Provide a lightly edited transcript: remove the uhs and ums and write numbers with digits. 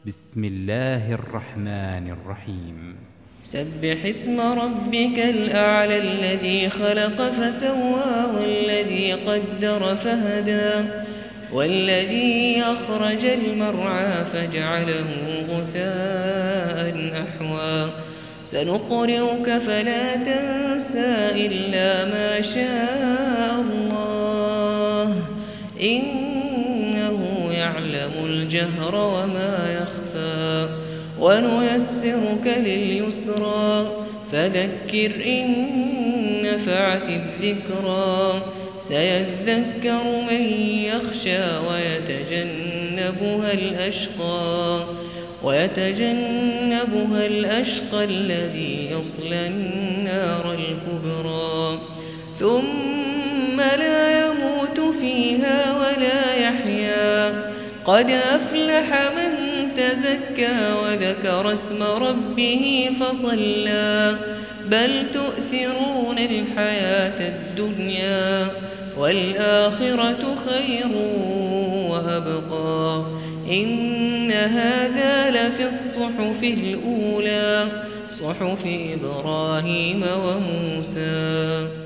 بسم الله الرحمن الرحيم. سبح اسم ربك الأعلى الذي خلق فسوى والذي قدر فهدى والذي أخرج المرعى فجعله غثاء أحوى سنقرئك فلا تنسى إلا ما شاء الله إنه يعلم الجهر وما يخفى ونيسرك لليسرى فذكر إن نفعت الذكرى سيذكر من يخشى ويتجنبها الأشقى الذي يصلى النار الكبرى ثم لا يموت فيها ولا يحيا قد أفلح من تزكى وذكر اسم ربه فصلى بل تؤثرون الحياة الدنيا والآخرة خير وأبقى إن هذا لفي الصحف الأولى صحف إبراهيم وموسى.